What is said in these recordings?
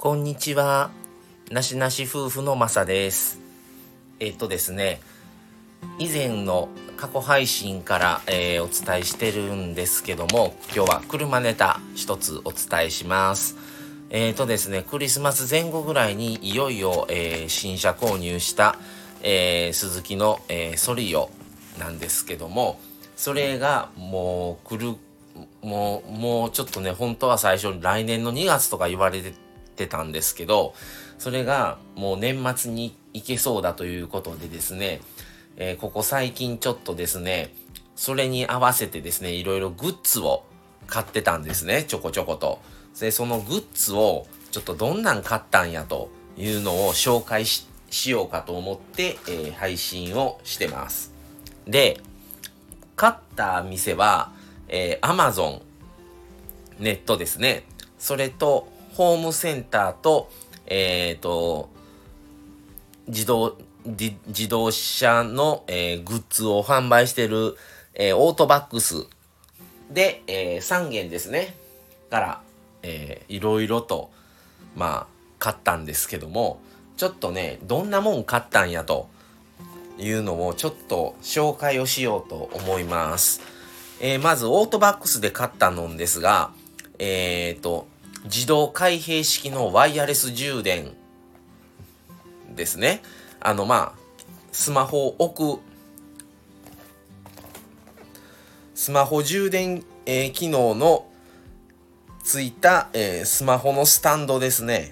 こんにちは。なしなし夫婦のまさです。ですね、以前の過去配信から、お伝えしてるんですけども、今日は車ネタ一つお伝えします。ですね、クリスマス前後ぐらいにいよいよ、新車購入した、スズキの、ソリオなんですけども、それがもうちょっとね、本当は最初に来年の2月とか言われてたんですけど、それがもう年末に行けそうだということでですね、ここ最近ちょっとですね、それに合わせてですね、いろいろグッズを買ってたんですね、ちょこちょこと。で、そのグッズをちょっとどんなん買ったんやというのを紹介しようかと思って、配信をしてます。で、買った店は、Amazon、ネットですね。それと、ホームセンターと、自動車の、グッズを販売している、オートバックスで、3軒ですね。から、いろいろと、買ったんですけども、ちょっとね、どんなもん買ったんやというのをちょっと紹介をしようと思います。まず、オートバックスで買ったのですが、自動開閉式のワイヤレス充電ですね。スマホを置く、スマホ充電、機能のついた、スマホのスタンドですね。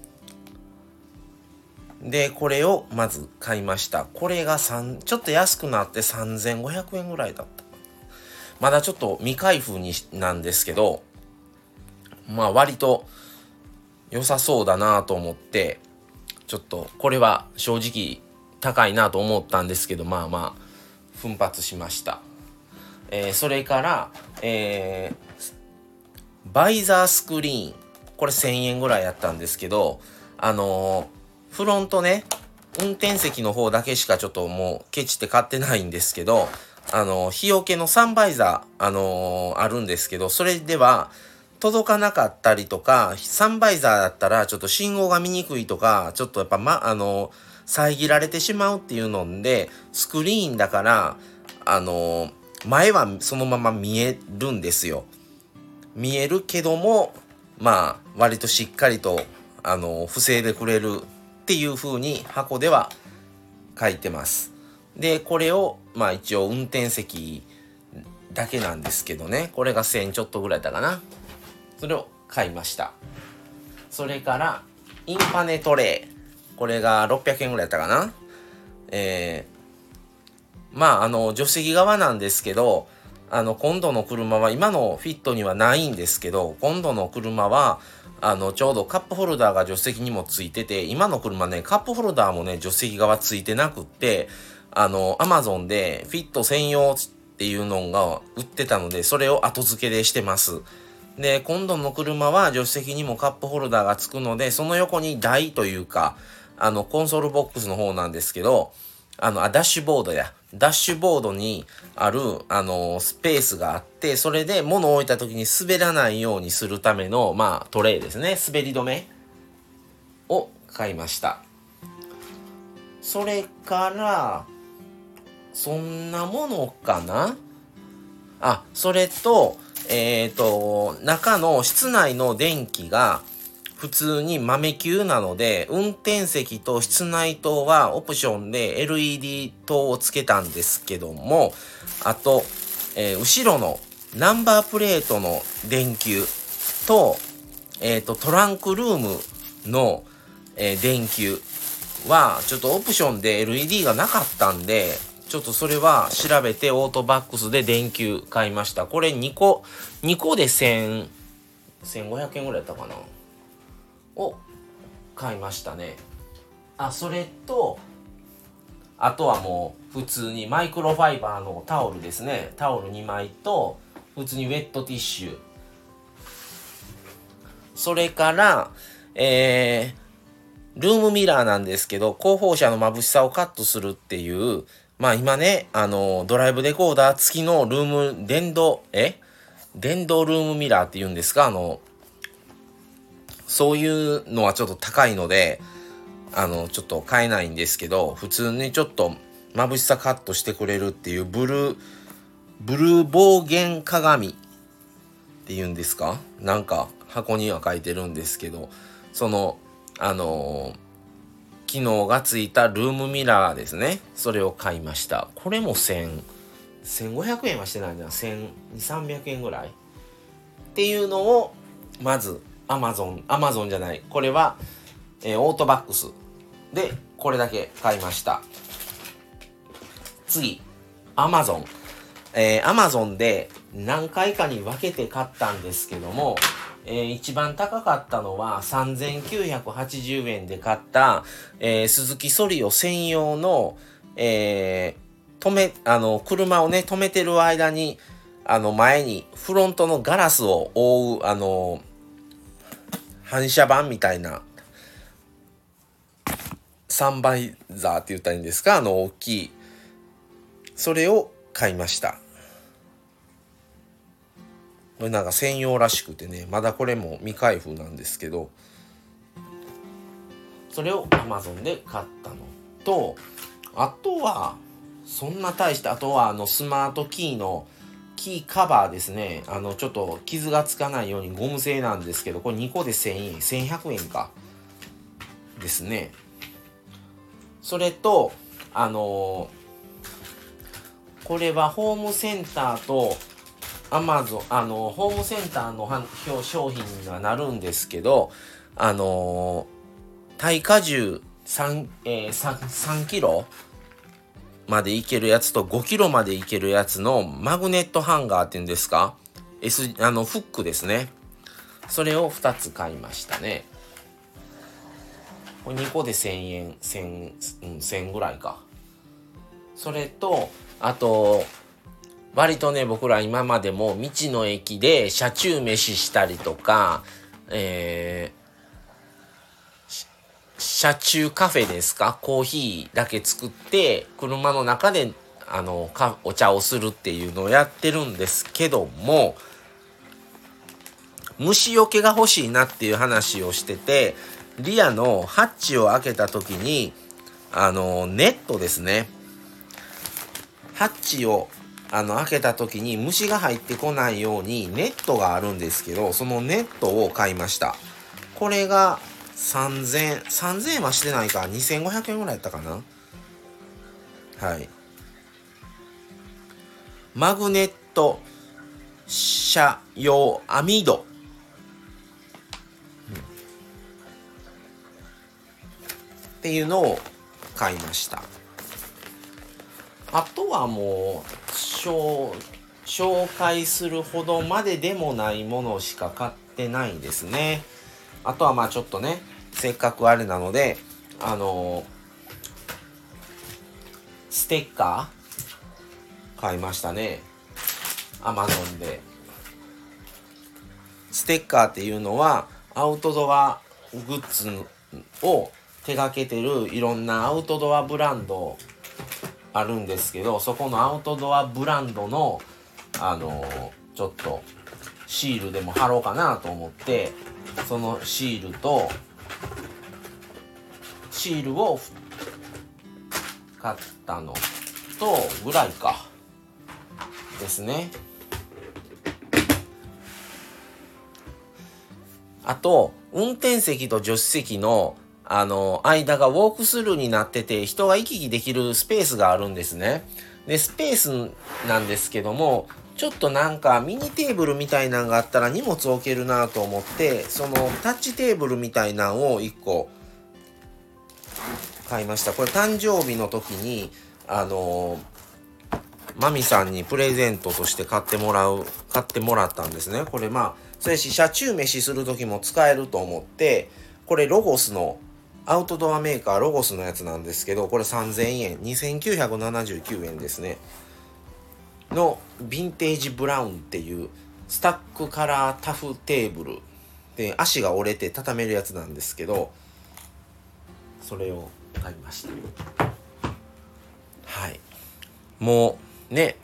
で、これをまず買いました。これがちょっと安くなって3500円ぐらいだった。まだちょっと未開封なんですけど、割と良さそうだなと思って、ちょっとこれは正直高いなと思ったんですけど、奮発しました。それから、バイザースクリーン。これ1000円ぐらいやったんですけど、フロントね、運転席の方だけしかちょっともうケチって買ってないんですけど、日よけのサンバイザー、あるんですけど、それでは届かなかったりとか、サンバイザーだったらちょっと信号が見にくいとか、ちょっとやっぱ遮られてしまうっていうので、スクリーンだから、前はそのまま見えるんですよ。見えるけども、割としっかりと、防いでくれるっていう風に箱では書いてます。で、これを、一応運転席だけなんですけどね、これが1000ちょっとぐらいだったかな。それを買いました。それから、インパネトレイ。これが600円ぐらいだったかな。助手席側なんですけど、今度の車は、今のフィットにはないんですけど、今度の車は、ちょうどカップホルダーが助手席にもついてて、今の車ね、カップホルダーもね、助手席側ついてなくって、Amazon でフィット専用っていうのが売ってたので、それを後付けでしてます。で、今度の車は助手席にもカップホルダーがつくので、その横に台というか、コンソールボックスの方なんですけど、ダッシュボードや。ダッシュボードにある、スペースがあって、それで物を置いた時に滑らないようにするための、トレイですね。滑り止めを買いました。それから、そんなものかな？それと、中の室内の電気が普通に豆球なので、運転席と室内灯はオプションで LED 灯をつけたんですけども、あと、後ろのナンバープレートの電球と、トランクルームの、電球はちょっとオプションで LED がなかったんで、ちょっとそれは調べてオートバックスで電球買いました。これ2個で1500円ぐらいだったかなを買いましたね。それと、あとはもう普通にマイクロファイバーのタオルですね。タオル2枚と、普通にウェットティッシュ。それから、ルームミラーなんですけど、後方車の眩しさをカットするっていう、今ね、ドライブレコーダー付きの電動ルームミラーって言うんですか、 そういうのはちょっと高いので、ちょっと買えないんですけど、普通にちょっと眩しさカットしてくれるっていうブルー暴言鏡っていうんですか、なんか箱には書いてるんですけど、その機能がついたルームミラーですね。それを買いました。これも1500円はしてないな。1200、300円ぐらいっていうのを、まずアマゾンじゃない。これは、オートバックスでこれだけ買いました。次、アマゾンで何回かに分けて買ったんですけども、一番高かったのは3980円で買った、スズキソリオ専用の、車をね、止めてる間に、前にフロントのガラスを覆う、反射板みたいな、サンバイザーって言ったらいいんですか、大きい。それを買いました。これなんか専用らしくてね、まだこれも未開封なんですけど、それを Amazon で買ったのと、あとはそんな大して、あとはスマートキーのキーカバーですね。ちょっと傷がつかないようにゴム製なんですけど、これ2個で1000円、1100円かですね。それとこれはホームセンターとホームセンターの商品にはなるんですけど、耐荷重3キロまでいけるやつと5キロまでいけるやつのマグネットハンガーっていうんですか、フックですね。それを2つ買いましたね。これ2個で1000円、1000ぐらいか。それと、あと、割とね、僕ら今までも道の駅で車中飯したりとか、車中カフェですか、コーヒーだけ作って車の中でお茶をするっていうのをやってるんですけども、虫除けが欲しいなっていう話をしてて、リアのハッチを開けた時にネットですね、ハッチを開けた時に虫が入ってこないようにネットがあるんですけど、そのネットを買いました。これが3000円はしてないか、2500円ぐらいやったかな。はい。マグネット遮陽網戸、っていうのを買いました。あとはもう紹介するほどまででもないものしか買ってないですね。あとはまあちょっとね、せっかくあれなのでステッカー買いましたね。Amazon で。ステッカーっていうのはアウトドアグッズを手掛けてるいろんなアウトドアブランドあるんですけど、そこのアウトドアブランドのちょっとシールでも貼ろうかなと思って、そのシールを買ったのとぐらいかですね。あと運転席と助手席の間がウォークスルーになってて、人が行き来できるスペースがあるんですね。でスペースなんですけども、ちょっとなんかミニテーブルみたいなのがあったら荷物置けるなと思って、そのタッチテーブルみたいなのを1個買いました。これ誕生日の時にマミさんにプレゼントとして買ってもらったんですね。これそれし車中飯する時も使えると思って、これロゴスのアウトドアメーカーロゴスのやつなんですけど、これ3000円、2979円ですね。のヴィンテージブラウンっていうスタックカラータフテーブルで、足が折れて畳めるやつなんですけど、それを買いました。はい。もうね、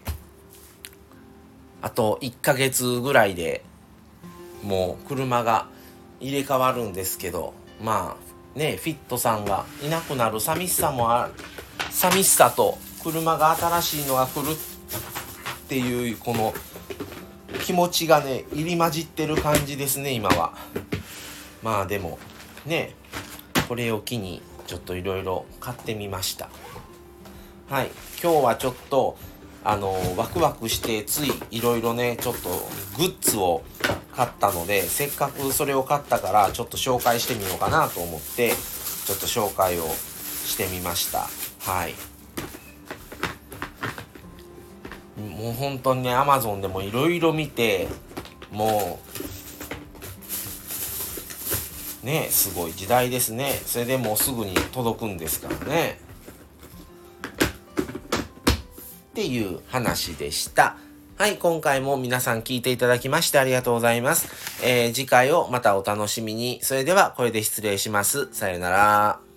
あと1ヶ月ぐらいでもう車が入れ替わるんですけど、まあね、フィットさんがいなくなる寂しさと車が新しいのが来るっていうこの気持ちがね入り混じってる感じですね今は。まあでもね、これを機にちょっといろいろ買ってみました。はい、今日はちょっとワクワクしてついいろいろねちょっとグッズを買ったので、せっかくそれを買ったからちょっと紹介してみようかなと思ってちょっと紹介をしてみました。はい、もう本当にね Amazon でもいろいろ見て、もうねすごい時代ですね。それでもうすぐに届くんですからねっていう話でした。はい、今回も皆さん聞いていただきましてありがとうございます。次回をまたお楽しみに。それではこれで失礼します。さよなら。